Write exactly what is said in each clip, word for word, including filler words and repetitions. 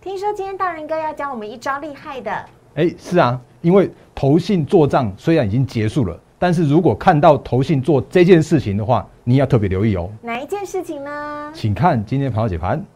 听说今天大人哥要教我们一招厉害的。 哎，是啊，因为投信做账虽然已经结束了，但是如果看到投信做这件事情的话，你要特别留意哦。 哪一件事情呢？ 请看今天盘后解盘。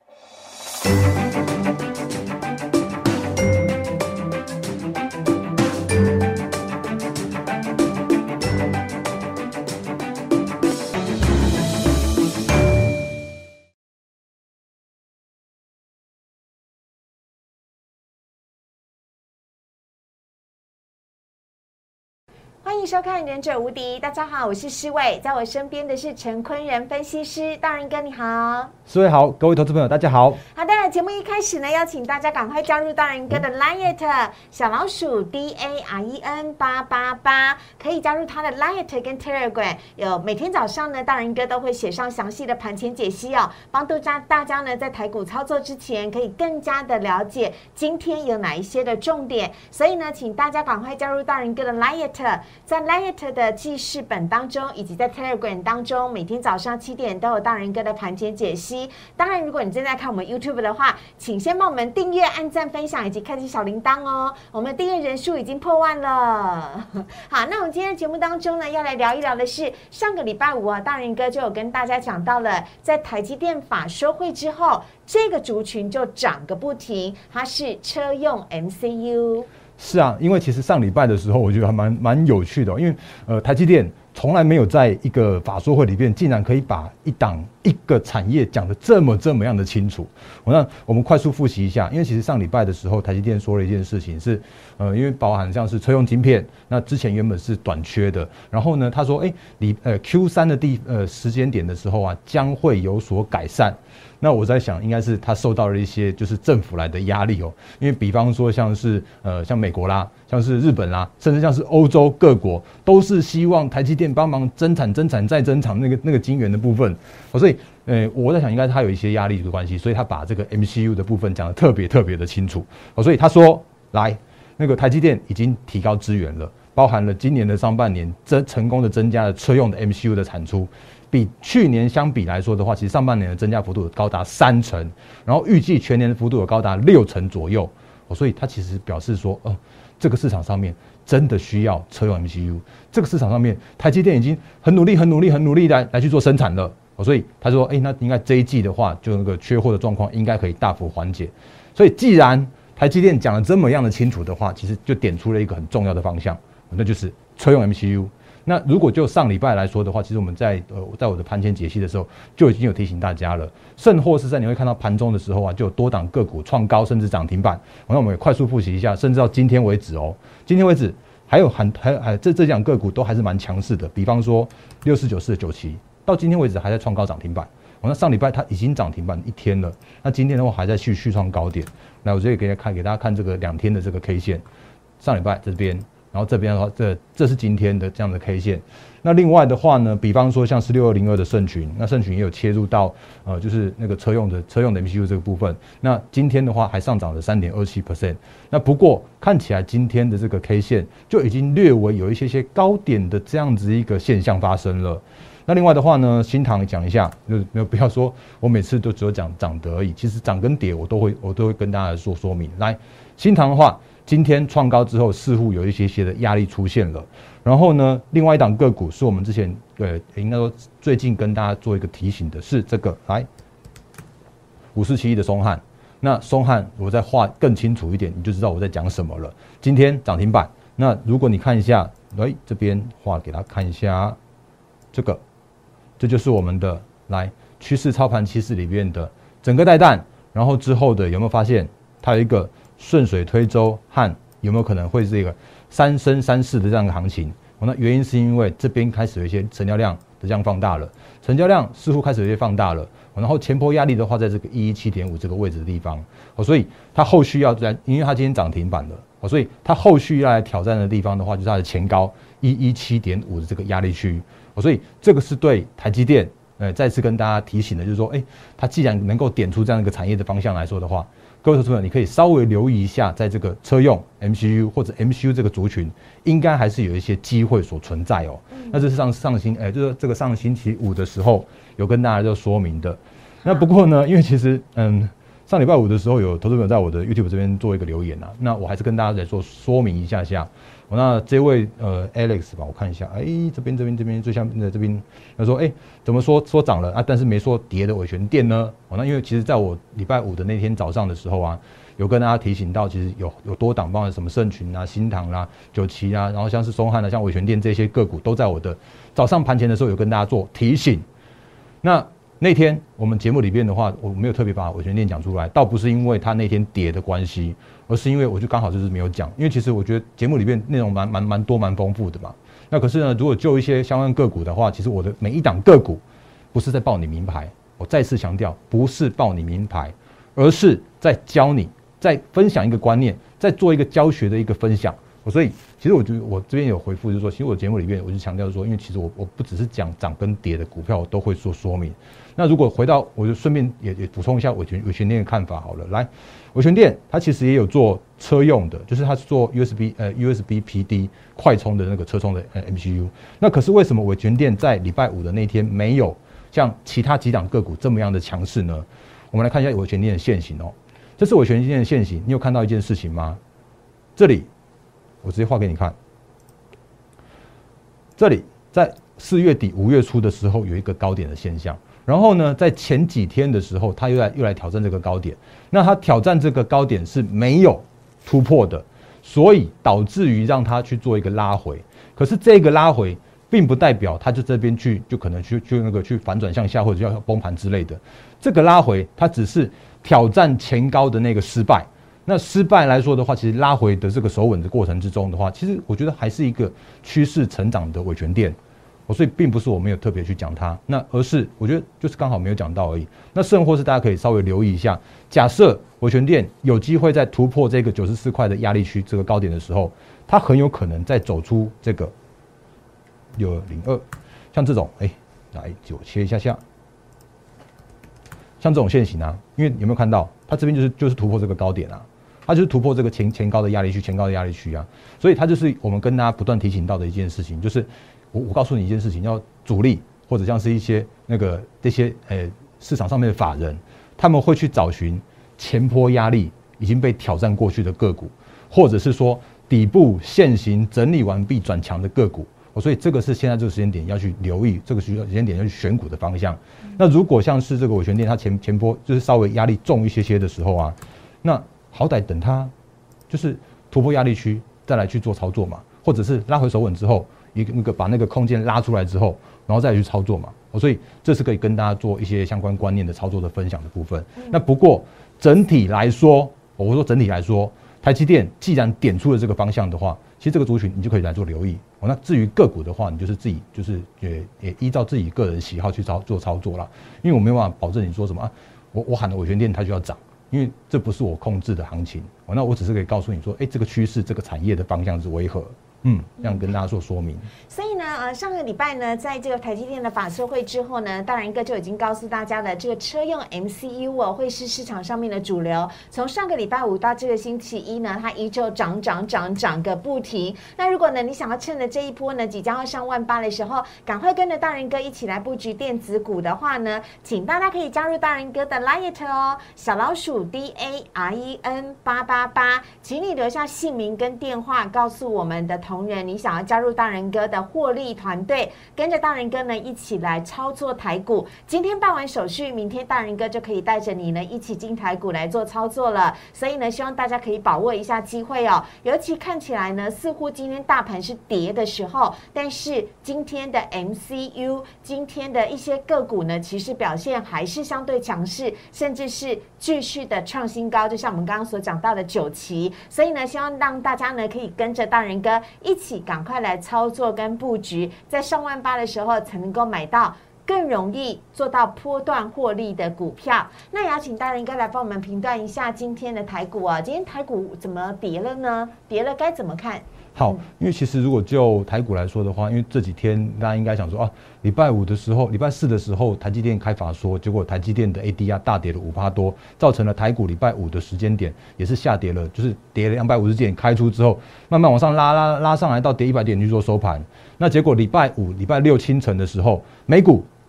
欢迎收看《忍者无敌》，大家好，我是施伟，在我身边的是陈坤仁分析师，大人哥你好。 施伟好，各位投资朋友大家好。 好的，节目一开始呢，邀请大家赶快加入大人哥的 Line 小老鼠 D A R E N 八八八，可以加入他的 Line 跟 Telegram， 有每天早上呢，大人哥都会写上详细的盘前解析哦，帮助大家呢在台股操作之前，可以更加的了解今天有哪一些的重点，所以呢，请大家赶快加入大人哥的 Line。在 Line 的记事本当中，以及在 Telegram 当中，每天早上七点都有大人哥的盘前解析。当然，如果你正在看我们 YouTube 的话，请先帮我们订阅、按赞、分享以及开启小铃铛哦。我们订阅人数已经破万了。好，那我们今天的节目当中呢，要来聊一聊的是上个礼拜五啊，大人哥就有跟大家讲到了，在台积电法说会之后，这个族群就涨个不停，它是车用 M C U。 是啊，因为其实上礼拜的时候，我觉得还蛮蛮有趣的、哦，因为呃，台积电从来没有在一个法说会里面，竟然可以把一档一个产业讲得这么这么样的清楚。那我们快速复习一下，因为其实上礼拜的时候，台积电说了一件事情是，呃，因为包含像是车用晶片，那之前原本是短缺的，然后呢，他说，哎，你呃 Q 三的地呃时间点的时候啊，将会有所改善。那我在想，应该是他受到了一些就是政府来的压力哦，因为比方说像是呃像美国啦，像是日本啦，甚至像是欧洲各国，都是希望台积电帮忙增产、增产再增产那个那个晶圆的部分，哦，所以呃我在想，应该他有一些压力的关系，所以他把这个 M C U 的部分讲得特别特别的清楚，哦，所以他说来那个台积电已经提高资源了，包含了今年的上半年增成功的增加了车用的 M C U 的产出。比去年相比来说的话，其实上半年的增加幅度有高达三成，然后预计全年的幅度有高达六成左右，哦，所以它其实表示说，哦，这个市场上面真的需要车用 M C U， 这个市场上面台积电已经很努力、很努力、很努力来来去做生产了，哦，所以他说，哎，那应该这一季的话，就那个缺货的状况应该可以大幅缓解。所以既然台积电讲得这么样的清楚的话，其实就点出了一个很重要的方向，那就是车用 M C U。那如果就上礼拜来说的话，其实我们在呃在我的盘前解析的时候就已经有提醒大家了，甚或是在你会看到盘中的时候啊，就有多档个股创高甚至涨停板。那我们也快速复习一下，甚至到今天为止哦，今天为止还有还还还这这两个股都还是蛮强势的，比方说六四九四的九期，到今天为止还在创高涨停板。哦，那上礼拜它已经涨停板一天了，那今天的话还在续续创高点。那我这里给大家看给大家看这个两天的这个 K 线，上礼拜这边。然后这边的话，这这是今天的这样的 K 线。那另外的话呢，比方说像是六二零二的盛群，那盛群也有切入到呃，就是那个车用的车用的 M C U 这个部分。那今天的话还上涨了 百分之三点二七。那不过看起来今天的这个 K 线就已经略微有一些些高点的这样子一个现象发生了。那另外的话呢，新唐讲一下，就没有不要说我每次都只有讲涨得而已，其实涨跟跌我都会我都会跟大家做说明。来，新唐的话。今天创高之后，似乎有一些些的压力出现了。然后呢，另外一档个股是我们之前呃，应该说最近跟大家做一个提醒的是这个，来五四七一的松汉。那松汉我再画更清楚一点，你就知道我在讲什么了。今天涨停板。那如果你看一下，来这边画给大家看一下，这个这就是我们的来趋势操盘趋势里面的整个带弹，然后之后的有没有发现它有一个？顺水推舟和有没有可能会是一个三升三市的这样的行情？那原因是因为这边开始有一些成交量的这样放大了，成交量似乎开始有些放大了，然后前波压力的话在这个一一七点五这个位置的地方，所以它后续要在，因为它今天涨停板了，所以它后续要来挑战的地方的话，就是它的前高一一七点五的这个压力区，所以这个是对台积电，呃，再次跟大家提醒的，就是说，哎，它既然能够点出这样一个产业的方向来说的话。各位投资者，你可以稍微留意一下，在这个车用 M C U 或者 M C U 这个族群，应该还是有一些机会所存在哦。嗯、那这是上上星，哎、欸，就是这个上星期五的时候有跟大家就说明的。那不过呢，因为其实嗯， 上礼拜五的时候，有投资朋友在我的 YouTube 这边做一个留言啊，那我还是跟大家来说说明一下下。哦、那这位呃 Alex 吧，我看一下，哎、欸，这边这边这边最下面的这边，他说，哎、欸，怎么说说涨了啊，但是没说跌的尾权店呢？哦，那因为其实在我礼拜五的那天早上的时候啊，有跟大家提醒到，其实有有多档，包含什么盛群啊、新唐啦、九旗啊，然后像是松汉啊、像尾权店这些个股，都在我的早上盘前的时候有跟大家做提醒。那那天我们节目里面的话，我没有特别把尾权店讲出来，倒不是因为它那天跌的关系，而是因为我就刚好就是没有讲，因为其实我觉得节目里面内容蛮蛮蛮多蛮丰富的嘛。那可是呢，如果就一些相关个股的话，其实我的每一档个股不是在报你名牌，我再次强调，不是报你名牌，而是在教你，在分享一个观念，在做一个教学的一个分享。所以其实我觉得我这边有回复，就是说，其实我节目里面我就强调说，因为其实我我不只是讲涨跟跌的股票，我都会做说明。那如果回到，我就顺便也也补充一下尾权尾权店的看法好了。来，尾权店它其实也有做车用的，就是它是做 U S B 呃 U S B P D 快充的那个车充的呃 M C U。那可是为什么尾权店在礼拜五的那天没有像其他几档个股这么样的强势呢？我们来看一下尾权店的线型哦。这是尾权店的线型，你有看到一件事情吗？这里。我直接画给你看，这里在四月底五月初的时候有一个高点的现象，然后呢，在前几天的时候，它又来又来挑战这个高点，那它挑战这个高点是没有突破的，所以导致于让它去做一个拉回。可是这个拉回并不代表它就这边去就可能去去那个去反转向下或者要崩盘之类的，这个拉回它只是挑战前高的那个失败。那失败来说的话，其实拉回的这个守稳的过程之中的话，其实我觉得还是一个趋势成长的尾权店，所以并不是我没有特别去讲它，那而是我觉得就是刚好没有讲到而已。那甚或是大家可以稍微留意一下，假设尾权店有机会在突破这个九十四块的压力区这个高点的时候，它很有可能再走出这个六二零二，像这种，哎、欸，来我切一下下。像这种线型啊，因为有没有看到它这边就是就是突破这个高点啊，它就是突破这个前前高的压力区，前高的压力区啊，所以它就是我们跟大家不断提醒到的一件事情，就是我我告诉你一件事情，要主力或者像是一些那个这些呃市场上面的法人，他们会去找寻前波压力已经被挑战过去的个股，或者是说底部现行整理完毕转强的个股。所以这个是现在这个时间点要去留意，这个时间点要去选股的方向。那如果像是这个尾权店，它前前波就是稍微压力重一些些的时候啊，那好歹等它就是突破压力区再来去做操作嘛，或者是拉回手稳之后，一个那个把那个空间拉出来之后，然后再来去操作嘛。所以这是可以跟大家做一些相关观念的操作的分享的部分。那不过整体来说，我说整体来说，台积电既然点出了这个方向的话，其实这个族群你就可以来做留意。哦，那至于个股的话，你就是自己就是也也依照自己个人喜好去操做操作啦。因为我没有办法保证你说什么啊，我我喊了尾权店它就要涨，因为这不是我控制的行情。哦，那我只是可以告诉你说，哎、欸，这个趋势这个产业的方向是为何。嗯，这样跟大家做说明。 所以呢，呃，上个礼拜呢，在这个台积电的法说会之后呢，大然哥就已经告诉大家了，这个车用 M C U 哦，会是市场上面的主流。从上个礼拜五到这个星期一呢，它依旧涨涨涨涨个不停。那如果呢，你想要趁着这一波呢，即将要上万八的时候，赶快跟着大人哥一起来布局电子股的话呢，请大家可以加入大人哥的 Line 哦，小老鼠 D A R E N 八八八，请你留下姓名跟电话，告诉我们的同仁，你想要加入大人哥的获利团队，跟着大人哥呢一起来操作台股。今天办完手续，明天大人哥就可以带着你呢一起进台股来做操作了。所以呢，希望大家可以把握一下机会哦。尤其看起来呢，似乎今天大盘是跌的时候，但是今天的 M C U， 今天的一些个股呢，其实表现还是相对强势，甚至是继续的创新高。就像我们刚刚所讲到的九期，所以呢，希望让大家呢可以跟着大人哥一起赶快来操作跟布局，在上万八的时候才能够买到更容易做到波段获利的股票。那也要请大人哥来帮我们评断一下今天的台股啊，今天台股怎么跌了呢？跌了该怎么看？ 好，因为其实如果就台股来说的话，因为这几天大家应该想说啊，礼拜五的时候、礼拜四的时候，台积电开法说，结果台积电的 A D R 大跌了五趴多，造成了台股礼拜五的时间点也是下跌了，就是跌了两百五十点，开出之后慢慢往上拉拉拉上来到跌一百点去做收盘。那结果礼拜五、礼拜六清晨的时候，美股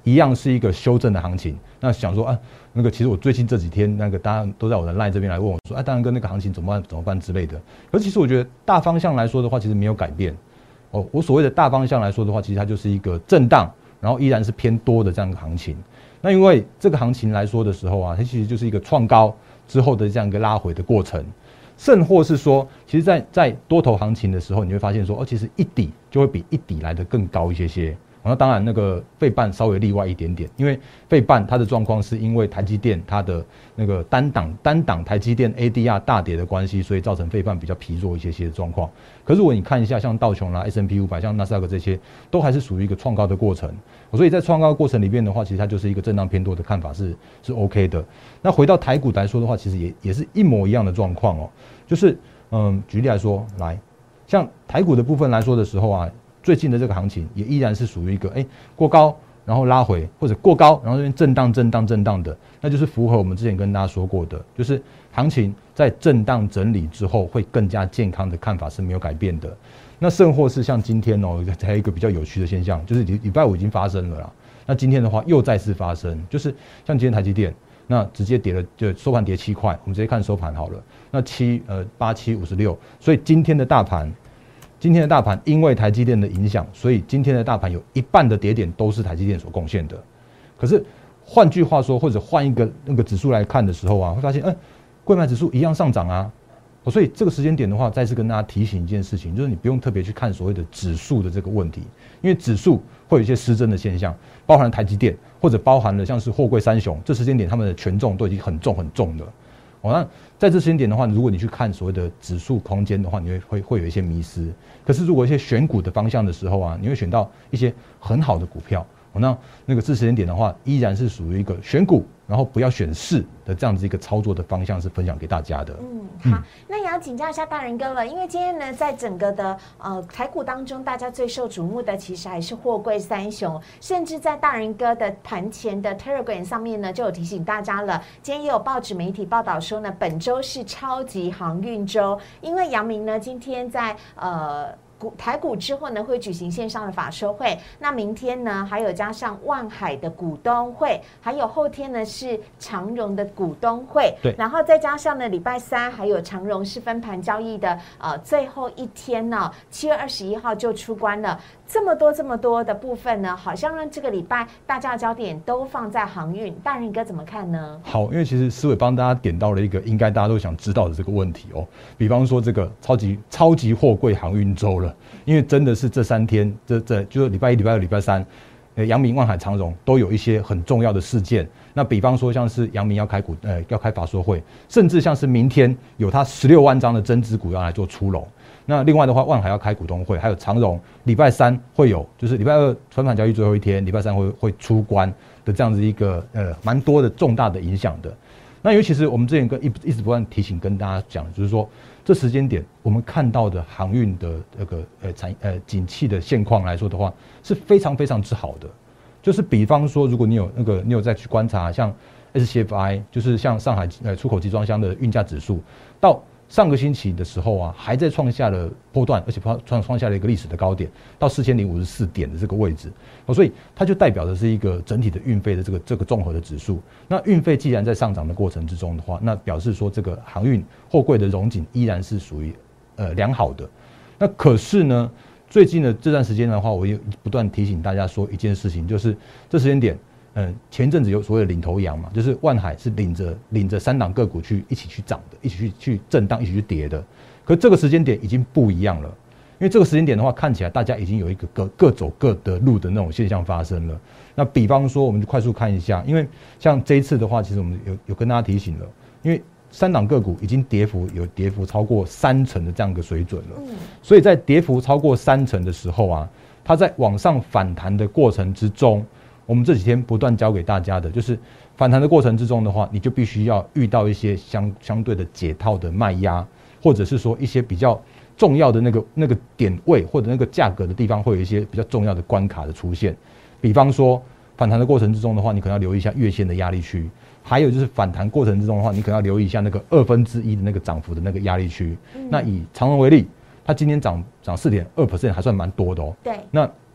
一样是一个修正的行情。那想说啊，那个其实我最近这几天那个大家都在我的 LINE 这边来问我说，啊，大仁哥那个行情怎么办怎么办之类的。而其实我觉得大方向来说的话，其实没有改变。哦，我所谓的大方向来说的话，其实它就是一个震荡，然后依然是偏多的这样一个行情。那因为这个行情来说的时候啊，它其实就是一个创高之后的这样一个拉回的过程，甚或是说，其实在在多头行情的时候，你会发现说，哦，其实一底就会比一底来得更高一些些。那当然，那个费半稍微例外一点点，因为费半它的状况是因为台积电它的那个单档单档台积电 A D R 大跌的关系，所以造成费半比较疲弱一些些的状况。可是如果你看一下，像道琼啦、S and P 五百、像纳斯达克这些，都还是属于一个创高的过程。所以在创高过程里面的话，其实它就是一个震荡偏多的看法是是 OK 的。那回到台股来说的话，其实也也是一模一样的状况哦，就是嗯，举例来说，来像台股的部分来说的时候啊。最近的这个行情也依然是属于一个哎、欸、过高，然后拉回，或者过高，然后这边震荡、震荡、震荡的，那就是符合我们之前跟大家说过的，就是行情在震荡整理之后会更加健康的看法是没有改变的。那甚或是像今天哦，还有一个比较有趣的现象，就是礼礼拜五已经发生了啦。那今天的话又再次发生，就是像今天台积电，那直接跌了，就收盘跌七块，我们直接看收盘好了。那七呃八七五十六，所以今天的大盘。今天的大盘因为台积电的影响，所以今天的大盘有一半的跌点都是台积电所贡献的。可是换句话说，或者换一个那个指数来看的时候啊，会发现，哎、欸，柜买指数一样上涨啊。所以这个时间点的话，再次跟大家提醒一件事情，就是你不用特别去看所谓的指数的这个问题，因为指数会有一些失真的现象，包含了台积电，或者包含了像是货柜三雄，这时间点他们的权重都已经很重很重了。哦，那在这时间点的话，如果你去看所谓的指数空间的话，你会会会有一些迷失。可是如果一些选股的方向的时候啊，你会选到一些很好的股票。哦，那那个这时间点的话，依然是属于一个选股，然后不要选市的这样子一个操作的方向，是分享给大家的。 嗯，好，嗯、那也要请教一下大仁哥了，因为今天呢，在整个的呃台股当中，大家最受瞩目的其实还是货柜三雄，甚至在大仁哥的盘前的 Telegram 上面呢，就有提醒大家了。今天也有报纸媒体报道说呢，本周是超级航运周，因为阳明呢今天在呃。台股之后呢，会举行线上的法说会。那明天呢，还有加上万海的股东会，还有后天呢是长荣的股东会。 对， 然后再加上呢，礼拜三还有长荣是分盘交易的呃最后一天呢，七月二十一号就出关了。这么多这么多的部分呢，好像让这个礼拜大家的焦点都放在航运。大仁哥怎么看呢？ 好，因为其实思伟帮大家点到了一个应该大家都想知道的这个问题哦，比方说这个超级超级货柜航运周了。因为真的是这三天，这这就是礼拜一、礼拜二、礼拜三，呃，阳明、万海、长荣都有一些很重要的事件。那比方说像是阳明要开股，呃，要开法说会，甚至像是明天有他十六万张的增资股要来做出笼。那另外的话，万海要开股东会，还有长荣礼拜三会有，就是礼拜二分盘交易最后一天，礼拜三会会出关的这样子一个呃蛮多的重大的影响的。那尤其是我们之前跟一一直不断提醒跟大家讲，就是说这时间点我们看到的航运的那个呃产呃景气的现况来说的话，是非常非常之好的。就是比方说，如果你有那个你有再去观察，像 S C F I， 就是像上海呃出口集装箱的运价指数，到上个星期的时候啊，还在创下了波段，而且创创下了一个历史的高点，到四千零五十四点的这个位置，哦，所以它就代表的是一个整体的运费的这个这个综合的指数。那运费既然在上涨的过程之中的话，那表示说这个航运货柜的荣景依然是属于呃良好的。那可是呢，最近的这段时间的话，我也不断提醒大家说一件事情，就是这时间点。嗯，前阵子有所谓的领头羊嘛，就是万海是领着领着三档个股去一起去涨的，一起去去震荡，一起去跌的。可这个时间点已经不一样了，因为这个时间点的话，看起来大家已经有一个各各走各的路的那种现象发生了。那比方说，我们就快速看一下，因为像这一次的话，其实我们有有跟大家提醒了，因为三档个股已经跌幅有跌幅超过三成的这样一个水准了，嗯，所以在跌幅超过三成的时候啊，它在往上反弹的过程之中。我们这几天不断教给大家的，就是反弹的过程之中的话，你就必须要遇到一些相相对的解套的卖压，或者是说一些比较重要的那个那个点位或者那个价格的地方，会有一些比较重要的关卡的出现。比方说反弹的过程之中的话，你可能要留意一下月线的压力区，还有就是反弹过程之中的话，你可能要留意一下那个二分之一的那个涨幅的那个压力区。那以长荣为例，它今天涨涨四点二 percent 还算蛮多的哦。 对， 那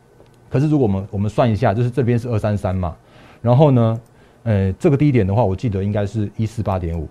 可是如果我们我们算一下，就是这边是二三三嘛，然后呢，呃，这个低点的话，我记得应该是一四八点五。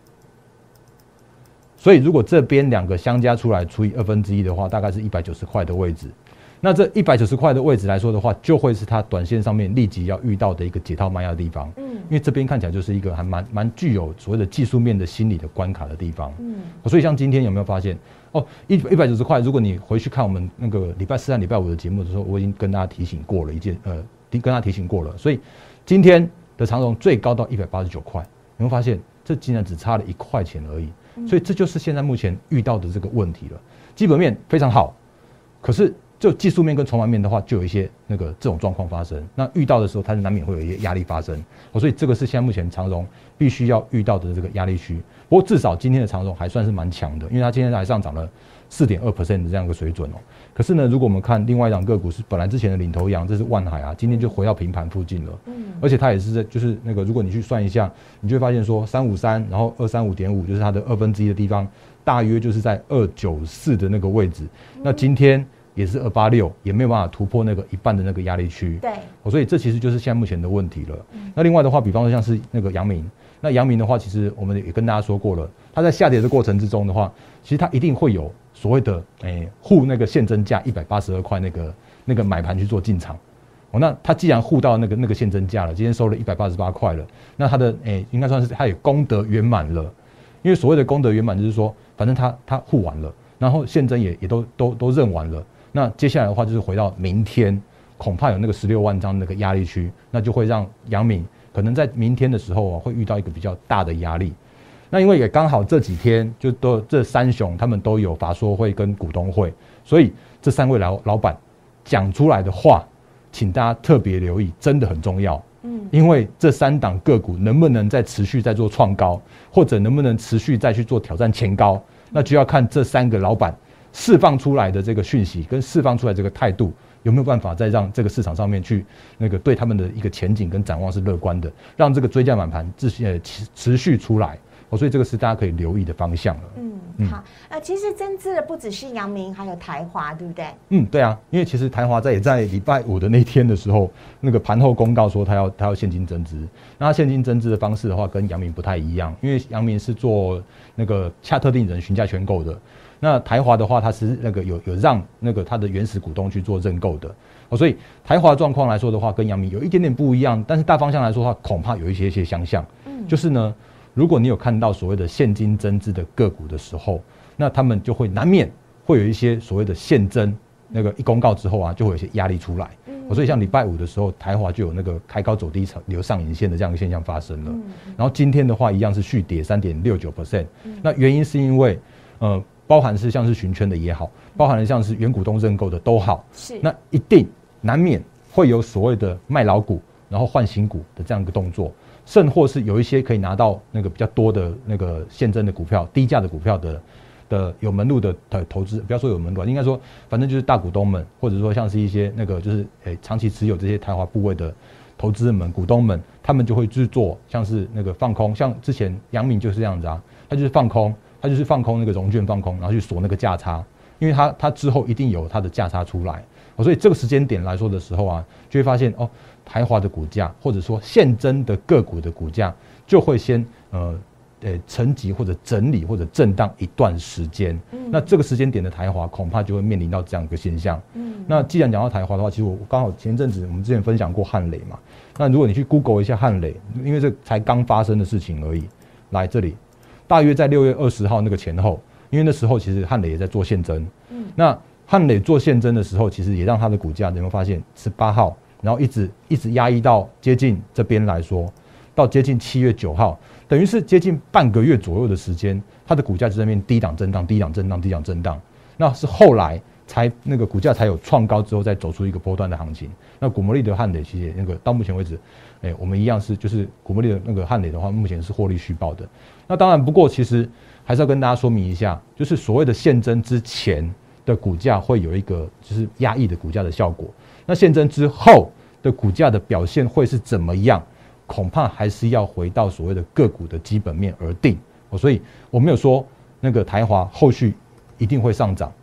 所以如果这边两个相加出来除以二分之一的话，大概是一百九十块的位置。那这一百九十块的位置来说的话，就会是它短线上面立即要遇到的一个解套卖压的地方。嗯，因为这边看起来就是一个还蛮蛮具有所谓的技术面的心理的关卡的地方。嗯，所以像今天有没有发现哦，一一百九十块，如果你回去看我们那个礼拜四和礼拜五的节目的时候，我已经跟大家提醒过了一件，呃，跟大家提醒过了。所以今天的长荣最高到一百八十九块，你会发现这竟然只差了一块钱而已。所以这就是现在目前遇到的这个问题了。基本面非常好，可是就技术面跟筹码面的话，就有一些那个这种状况发生。那遇到的时候，它是难免会有一些压力发生。所以这个是现在目前长荣必须要遇到的这个压力区。不过至少今天的长荣还算是蛮强的，因为它今天还上涨了 百分之四点二 的这样一个水准哦。可是呢，如果我们看另外一档个股是本来之前的领头羊，这是万海啊，今天就回到平盘附近了。嗯，而且它也是在就是那个，如果你去算一下，你就会发现说三五三，然后二三五点五，就是它的二分之一的地方，大约就是在二九四的那个位置。那今天也是二八六，也没有办法突破那个一半的那个压力区。 对， 所以这其实就是现在目前的问题了。嗯、那另外的话，比方说像是那个阳明，那阳明的话，其实我们也跟大家说过了，它在下跌的过程之中的话，其实它一定会有所谓的诶护那个现增价一百八十二块那个那个买盘去做进场。哦，那它既然护到那个那个现增价了，今天收了一百八十八块了，那它的诶应该算是它也功德圆满了。因为所谓的功德圆满就是说，反正它它护完了，然后现增也也都都都认完了。那接下来的话就是回到明天，恐怕有那个十六万张那个压力区，那就会让阳明可能在明天的时候啊，会遇到一个比较大的压力。那因为也刚好这几天就都这三雄他们都有法说会跟股东会，所以这三位老老板讲出来的话，请大家特别留意，真的很重要。嗯，因为这三档个股能不能再持续再做创高，或者能不能持续再去做挑战前高，那就要看这三个老板释放出来的这个讯息跟释放出来这个态度，有没有办法再让这个市场上面去那个对他们的一个前景跟展望是乐观的，让这个追价买盘持持续出来。哦，所以这个是大家可以留意的方向了。 嗯，嗯好，呃，其实增资的不只是阳明，还有台华，对不对？ 嗯，对啊，因为其实台华在也在礼拜五的那天的时候，那个盘后公告说他要他要现金增资，那他现金增资的方式的话，跟阳明不太一样，因为阳明是做那个洽特定人询价全购的，那台华的话，它是那个有有让那个他的原始股东去做认购的。哦，所以台华状况来说的话，跟阳明有一点点不一样，但是大方向来说的话，恐怕有一些些相像。嗯，就是呢。如果你有看到所谓的现金增资的个股的时候，那他们就会难免会有一些所谓的现增，那个一公告之后啊，就会有一些压力出来。嗯，所以像礼拜五的时候，台华就有那个开高走低留上影线的这样一个现象发生了。嗯，然后今天的话一样是续跌 百分之三点六九。那原因是因为呃，包含是像是循圈的也好，包含了像是原股东认购的都好，是那一定难免会有所谓的卖老股然后换新股的这样一个动作。甚或是有一些可以拿到那个比较多的那个现增的股票、低价的股票的的有门路的投资，不要说有门路，应该说反正就是大股东们，或者说像是一些那个就是诶、欸、长期持有这些台华部位的投资人们、股东们，他们就会去做像是那个放空，像之前阳明就是这样子啊，他就是放空，他就是放空那个融券放空，然后去锁那个价差，因为他他之后一定有他的价差出来，所以这个时间点来说的时候啊，就会发现哦。台华的股价，或者说现增的个股的股价，就会先呃呃沉寂或者整理或者震荡一段时间。嗯，那这个时间点的台华恐怕就会面临到这样一个现象。嗯，那既然讲到台华的话，其实我刚好前阵子我们之前分享过汉磊嘛。那如果你去 Google 一下汉磊，因为这才刚发生的事情而已。来这里，大约在六月二十号那个前后，因为那时候其实汉磊也在做现增。嗯，那汉磊做现增的时候，其实也让它的股价有没有发现十八号？然后一直一直压抑到接近这边来说，到接近七月九号，等于是接近半个月左右的时间，它的股价就在那边低档震荡、低档震荡、低档震荡。那是后来才那个股价才有创高之后，再走出一个波段的行情。那古摩利的汉磊其实那个到目前为止，哎，我们一样是就是古摩利的那个汉磊的话，目前是获利续报的。那当然，不过其实还是要跟大家说明一下，就是所谓的现增之前的股价会有一个就是压抑的股价的效果。那现增之后的股价的表现会是怎么样？恐怕还是要回到所谓的个股的基本面而定。所以我没有说那个台华后续一定会上涨，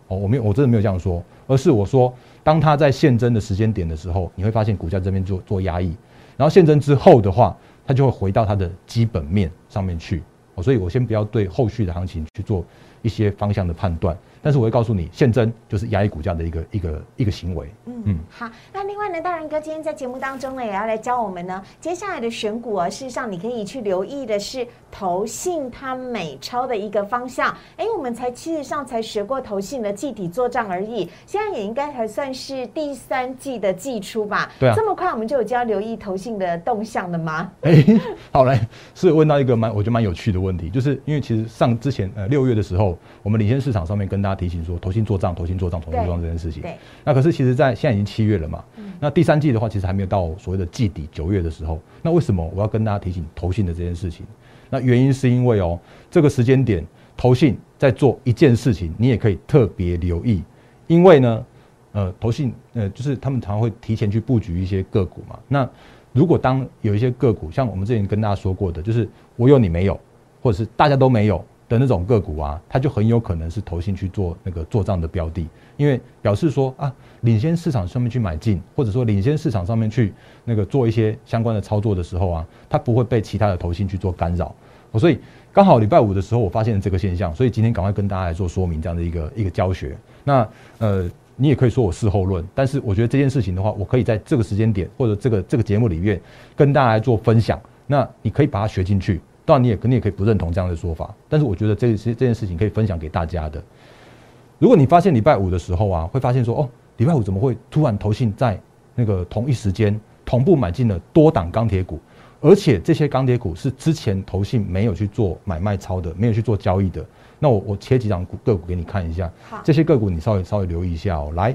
哦，我没有，我真的没有这样说，而是我说，当它在现增的时间点的时候，你会发现股价这边做做压抑，然后现增之后的话，它就会回到它的基本面上面去。哦，所以我先不要对后续的行情去做一些方向的判断，但是我会告诉你，现增就是压抑股价的一个一个一个行为。 嗯嗯，好。那另外呢，大仁哥今天在节目当中呢，也要来教我们呢，接下来的选股啊，事实上你可以去留意的是投信它美超的一个方向。哎，我们才其实上才学过投信的季底作账而已，现在也应该还算是第三季的季初吧？ 对啊， 这么快我们就有就要留意投信的动向了吗？ 哎，好来，是问到一个蛮我觉得蛮有趣的问题，就是因为其实上之前呃六月的时候，我们领先市场上面跟大家提醒说，投信做账、投信做账、投信做账这件事情。对。那可是其实在现在已经七月了嘛，嗯、那第三季的话，其实还没有到所谓的季底九月的时候。那为什么我要跟大家提醒投信的这件事情？那原因是因为哦，这个时间点投信在做一件事情，你也可以特别留意，因为呢，呃，投信呃就是他们常常会提前去布局一些个股嘛。那如果当有一些个股，像我们之前跟大家说过的，就是我有你没有，或者是大家都没有的那种个股啊，它就很有可能是投信去做那个做账的标的，因为表示说啊，领先市场上面去买进，或者说领先市场上面去那个做一些相关的操作的时候啊，它不会被其他的投信去做干扰。所以刚好礼拜五的时候，我发现了这个现象，所以今天赶快跟大家来做说明这样的一个一个教学。那呃。你也可以说我事后论，但是我觉得这件事情的话，我可以在这个时间点或者这个这个节目里面跟大家来做分享。那你可以把它学进去，当然你也你也可以不认同这样的说法，但是我觉得这这件事情可以分享给大家的。如果你发现礼拜五的时候啊，会发现说哦，礼拜五怎么会突然投信在那个同一时间同步买进了多档钢铁股，而且这些钢铁股是之前投信没有去做买卖超的，没有去做交易的。那我我切几档个股给你看一下，这些个股你稍微稍微留意一下哦。来，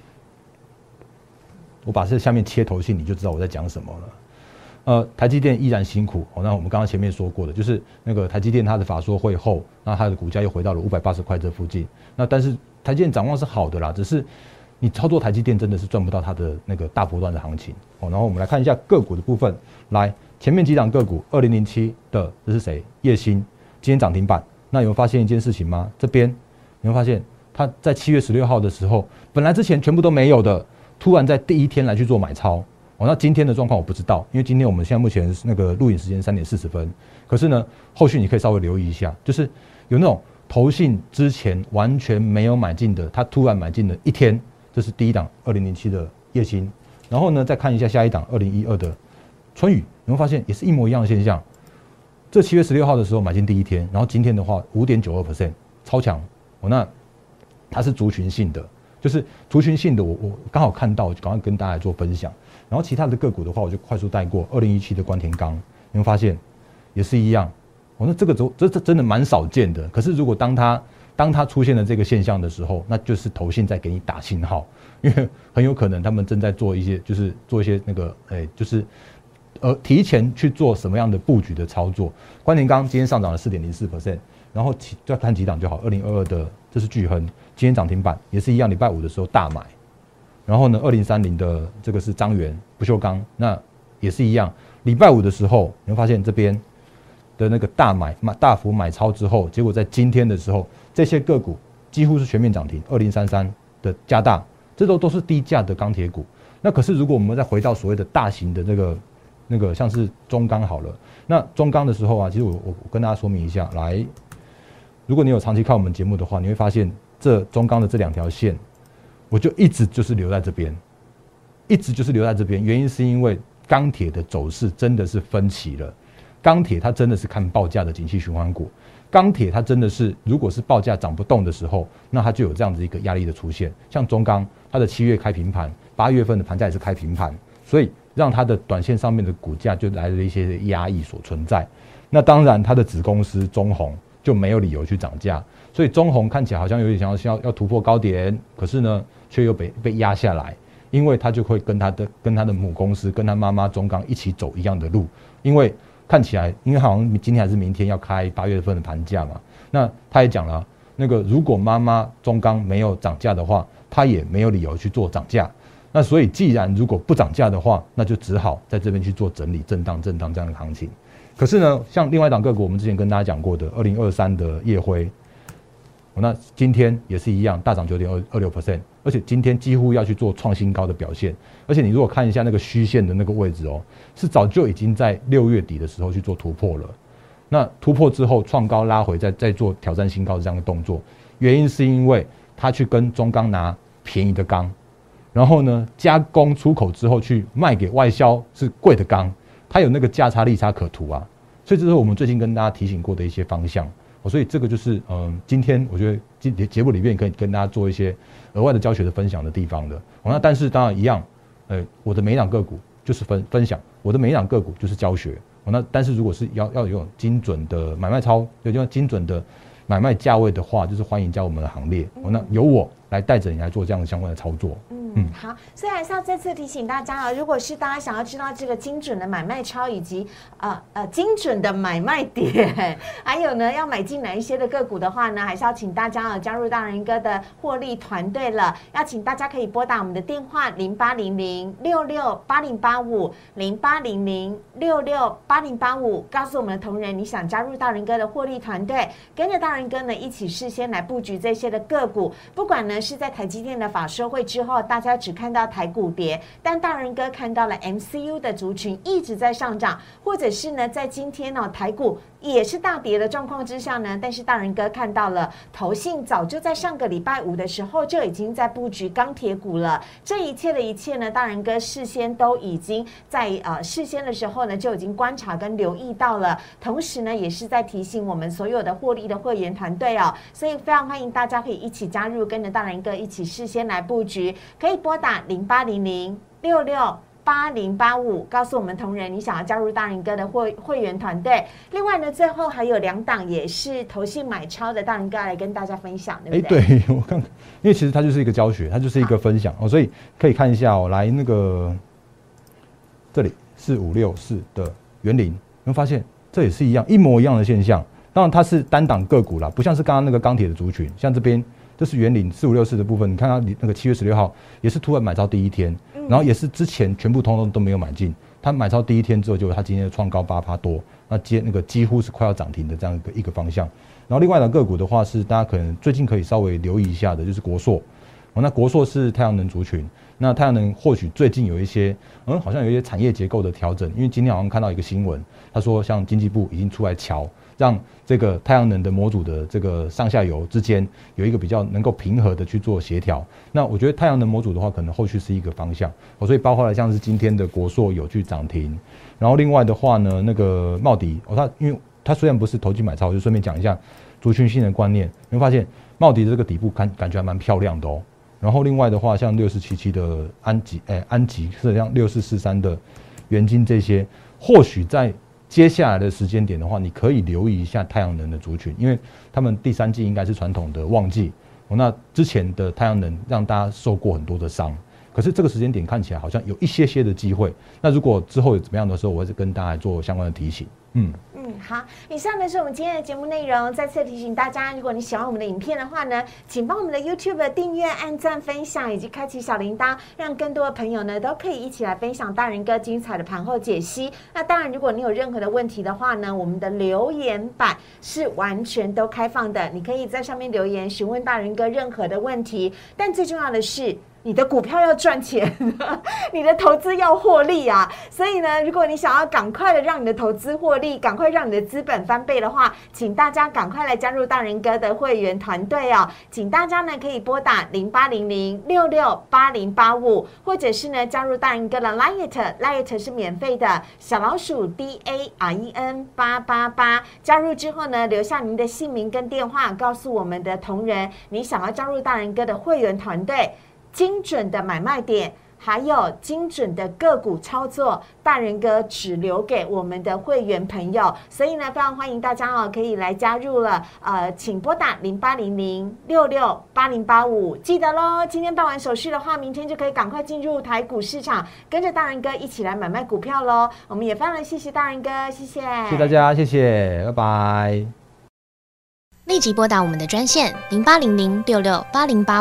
我把这下面切头信，你就知道我在讲什么了。呃，台积电依然辛苦哦。那我们刚刚前面说过的，就是那个台积电它的法说会后，那它的股价又回到了五百八十块这附近。那但是台积电展望是好的啦，只是你操作台积电真的是赚不到它的那个大波段的行情哦。然后我们来看一下个股的部分，来前面几档个股，二零零七的这是谁？燁兴今天涨停板。那有没有发现一件事情吗？这边你会发现，它在七月十六号的时候，本来之前全部都没有的，突然在第一天来去做买超。哦，那今天的状况我不知道，因为今天我们现在目前那个录影时间三点四十分。可是呢，后续你可以稍微留意一下，就是有那种投信之前完全没有买进的，它突然买进了一天，这是第一档二零零七的燁兴。然后呢，再看一下下一档二零一二的春雨，你会发现也是一模一样的现象。这七月十六号的时候买进第一天，然后今天的话 五点九二 percent 超强哦，那它是族群性的，就是族群性的我，我我刚好看到，我就赶快跟大家做分享。然后其他的个股的话，我就快速带过。二零一七的关田钢，你会发现也是一样哦，那这个这这真的蛮少见的。可是如果当它当它出现了这个现象的时候，那就是投信在给你打信号，因为很有可能他们正在做一些，就是做一些那个，哎，就是。呃，提前去做什么样的布局的操作？关田钢今天上涨了 四点零四 percent， 然后就要看几档就好。二零二二的这是巨亨，今天涨停板也是一样，礼拜五的时候大买。然后呢，二零三零的这个是彰源不锈钢，那也是一样，礼拜五的时候你会发现这边的那个大买买大幅买超之后，结果在今天的时候，这些个股几乎是全面涨停。二零三三的加大，这都都是低价的钢铁股。那可是如果我们再回到所谓的大型的这个。那个像是中钢好了，那中钢的时候啊，其实我我我跟大家说明一下，来，如果你有长期看我们节目的话，你会发现这中钢的这两条线，我就一直就是留在这边，一直就是留在这边，原因是因为钢铁的走势真的是分歧了，钢铁它真的是看报价的景气循环股，钢铁它真的是如果是报价涨不动的时候，那它就有这样子一个压力的出现，像中钢它的七月开平盘，八月份的盘价也是开平盘，所以。让它的短线上面的股价就来了一些压抑所存在，那当然它的子公司中鸿就没有理由去涨价，所以中鸿看起来好像有点想要要突破高点，可是呢却又被被压下来，因为它就会跟它的跟它的母公司跟它妈妈中钢一起走一样的路，因为看起来因为好像今天还是明天要开八月份的盘价嘛，那他也讲了，那个如果妈妈中钢没有涨价的话，他也没有理由去做涨价。那所以，既然如果不涨价的话，那就只好在这边去做整理、震荡、震荡这样的行情。可是呢，像另外一档个股，我们之前跟大家讲过的，二零二三的燁辉， 那今天也是一样，大涨 九点二六 percent， 而且今天几乎要去做创新高的表现。而且你如果看一下那个虚线的那个位置哦，是早就已经在六月底的时候去做突破了。那突破之后创高拉回，再再做挑战新高的这样的动作，原因是因为他去跟中钢拿便宜的钢，然后呢加工出口之后去卖给外销是贵的钢，它有那个价差利差可图啊。所以这是我们最近跟大家提醒过的一些方向。所以这个就是嗯、呃，今天我觉得今节目里面可以跟大家做一些额外的教学的分享的地方的。哦、那但是当然一样，呃，我的每一档个股就是分分享，我的每一档个股就是教学。哦、那但是如果是要要有精准的买卖操，有要精准的买卖价位的话，就是欢迎加入我们的行列。哦、那由我来带着你来做这样相关的操作。 嗯，好，所以还是要再次提醒大家啊，如果是大家想要知道这个精准的买卖超以及呃呃精准的买卖点，还有呢要买进哪一些的个股的话呢，还是要请大家啊加入大人哥的获利团队了。要请大家可以拨打我们的电话零八零零六六八零八五零八零零六六八零八五，告诉我们的同仁你想加入大人哥的获利团队，跟着大人哥呢一起事先来布局这些的个股，不管呢是在台积电的法说会之后，大家只看到台股跌，但大人哥看到了 M C U 的族群一直在上涨，或者是呢在今天呢、哦、台股也是大跌的状况之下呢，但是大人哥看到了投信早就在上个礼拜五的时候就已经在布局钢铁股了。这一切的一切呢，大人哥事先都已经在呃事先的时候呢就已经观察跟留意到了，同时呢也是在提醒我们所有的获利的会员团队哦，所以非常欢迎大家可以一起加入，跟着大人哥一起事先来布局，可以拨打零八零零六六八零八五，告诉我们同仁你想要加入大人哥的会会员团队。另外呢，最后还有两档也是投信买超的，大人哥来跟大家分享，对不对？ 哎，对我看，因为其实它就是一个教学，它就是一个分享哦，所以可以看一下哦。来，那个这里四五六四的元麟，你会发现这也是一样一模一样的现象。当然它是单档个股啦，不像是刚刚那个钢铁的族群，像这边。这是元麟四五六四的部分，你看到那个七月十六号也是突然买超第一天，然后也是之前全部通通都没有买进，他买超第一天之后，就他今天创高八趴多，那接那个几乎是快要涨停的这样一个一个方向。然后另外的个股的话是大家可能最近可以稍微留意一下的，就是国硕。哦，那国硕是太阳能族群，那太阳能或许最近有一些，嗯，好像有一些产业结构的调整，因为今天好像看到一个新闻，他说像经济部已经出来瞧。让这个太阳能的模组的这个上下游之间有一个比较能够平和的去做协调。那我觉得太阳能模组的话，可能后续是一个方向。所以包括了像是今天的国硕有去涨停，然后另外的话呢，那个茂迪哦，它因为它虽然不是投机买超，我就顺便讲一下族群性的观念。你会发现茂迪的这个底部感感觉还蛮漂亮的哦。然后另外的话，像六四七七的安吉，哎、欸、安吉是像六四四三的元晶这些，或许在接下来的时间点的话，你可以留意一下太阳能的族群，因为他们第三季应该是传统的旺季。那之前的太阳能让大家受过很多的伤，可是这个时间点看起来好像有一些些的机会。那如果之后有怎么样的时候，我会跟大家做相关的提醒。嗯嗯，好，以上呢是我们今天的节目内容。再次提醒大家，如果你喜欢我们的影片的话呢，请帮我们的 YouTube 订阅、按赞、分享以及开启小铃铛，让更多的朋友呢都可以一起来分享大人哥精彩的盘后解析。那当然，如果你有任何的问题的话呢，我们的留言板是完全都开放的，你可以在上面留言询问大人哥任何的问题。但最重要的是，你的股票要赚钱，你的投资要获利啊！所以呢，如果你想要赶快的让你的投资获利，赶快让你的资本翻倍的话，请大家赶快来加入大人哥的会员团队哦！请大家呢可以拨打零八零零六六八零八五，或者是呢加入大人哥的 Lite，Lite 是免费的，小老鼠 D A R E N 八八八，加入之后呢，留下您的姓名跟电话，告诉我们的同仁你想要加入大人哥的会员团队。精准的买卖点，还有精准的个股操作，大人哥只留给我们的会员朋友，所以呢，非常欢迎大家哦，可以来加入了。呃，请拨打零八零零六六八零八五，记得咯，今天办完手续的话，明天就可以赶快进入台股市场，跟着大人哥一起来买卖股票咯。我们也非常的谢谢大人哥，谢谢， 谢谢大家，谢谢，拜拜。 立即拨打我们的专线零八零零六六八零八五。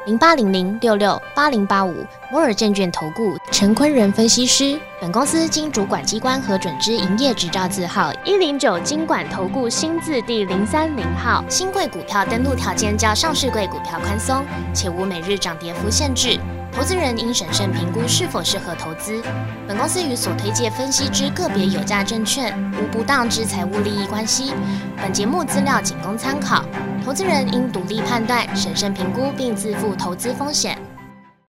零八零零六六八零八五。摩尔证券投顾陈坤仁分析师。本公司经主管机关核准之营业执照字号一零九金管投顾新字第零三零号。新贵股票登录条件较上市贵股票宽松，且无每日涨跌幅限制。投资人应审慎评估是否适合投资。本公司与所推介分析之个别有价证券无不当之财务利益关系。本节目资料仅供参考，投资人应独立判断、审慎评估并自负投资风险。